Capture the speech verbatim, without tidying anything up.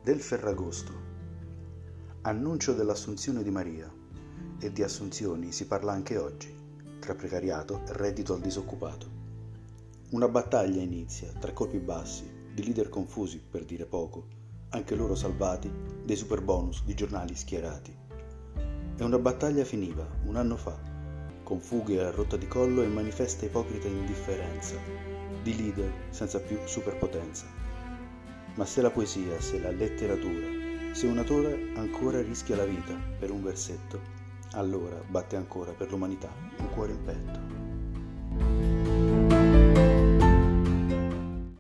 del Ferragosto. Annuncio dell'assunzione di Maria, e di assunzioni si parla anche oggi, tra precariato e reddito al disoccupato. Una battaglia inizia tra colpi bassi, di leader confusi, per dire poco, anche loro salvati dei super bonus di giornali schierati. E una battaglia finiva un anno fa, con fughe a rotta di collo e manifesta ipocrita indifferenza, di leader senza più superpotenza. Ma se la poesia, se la letteratura, se un autore ancora rischia la vita per un versetto, allora batte ancora per l'umanità un cuore in petto.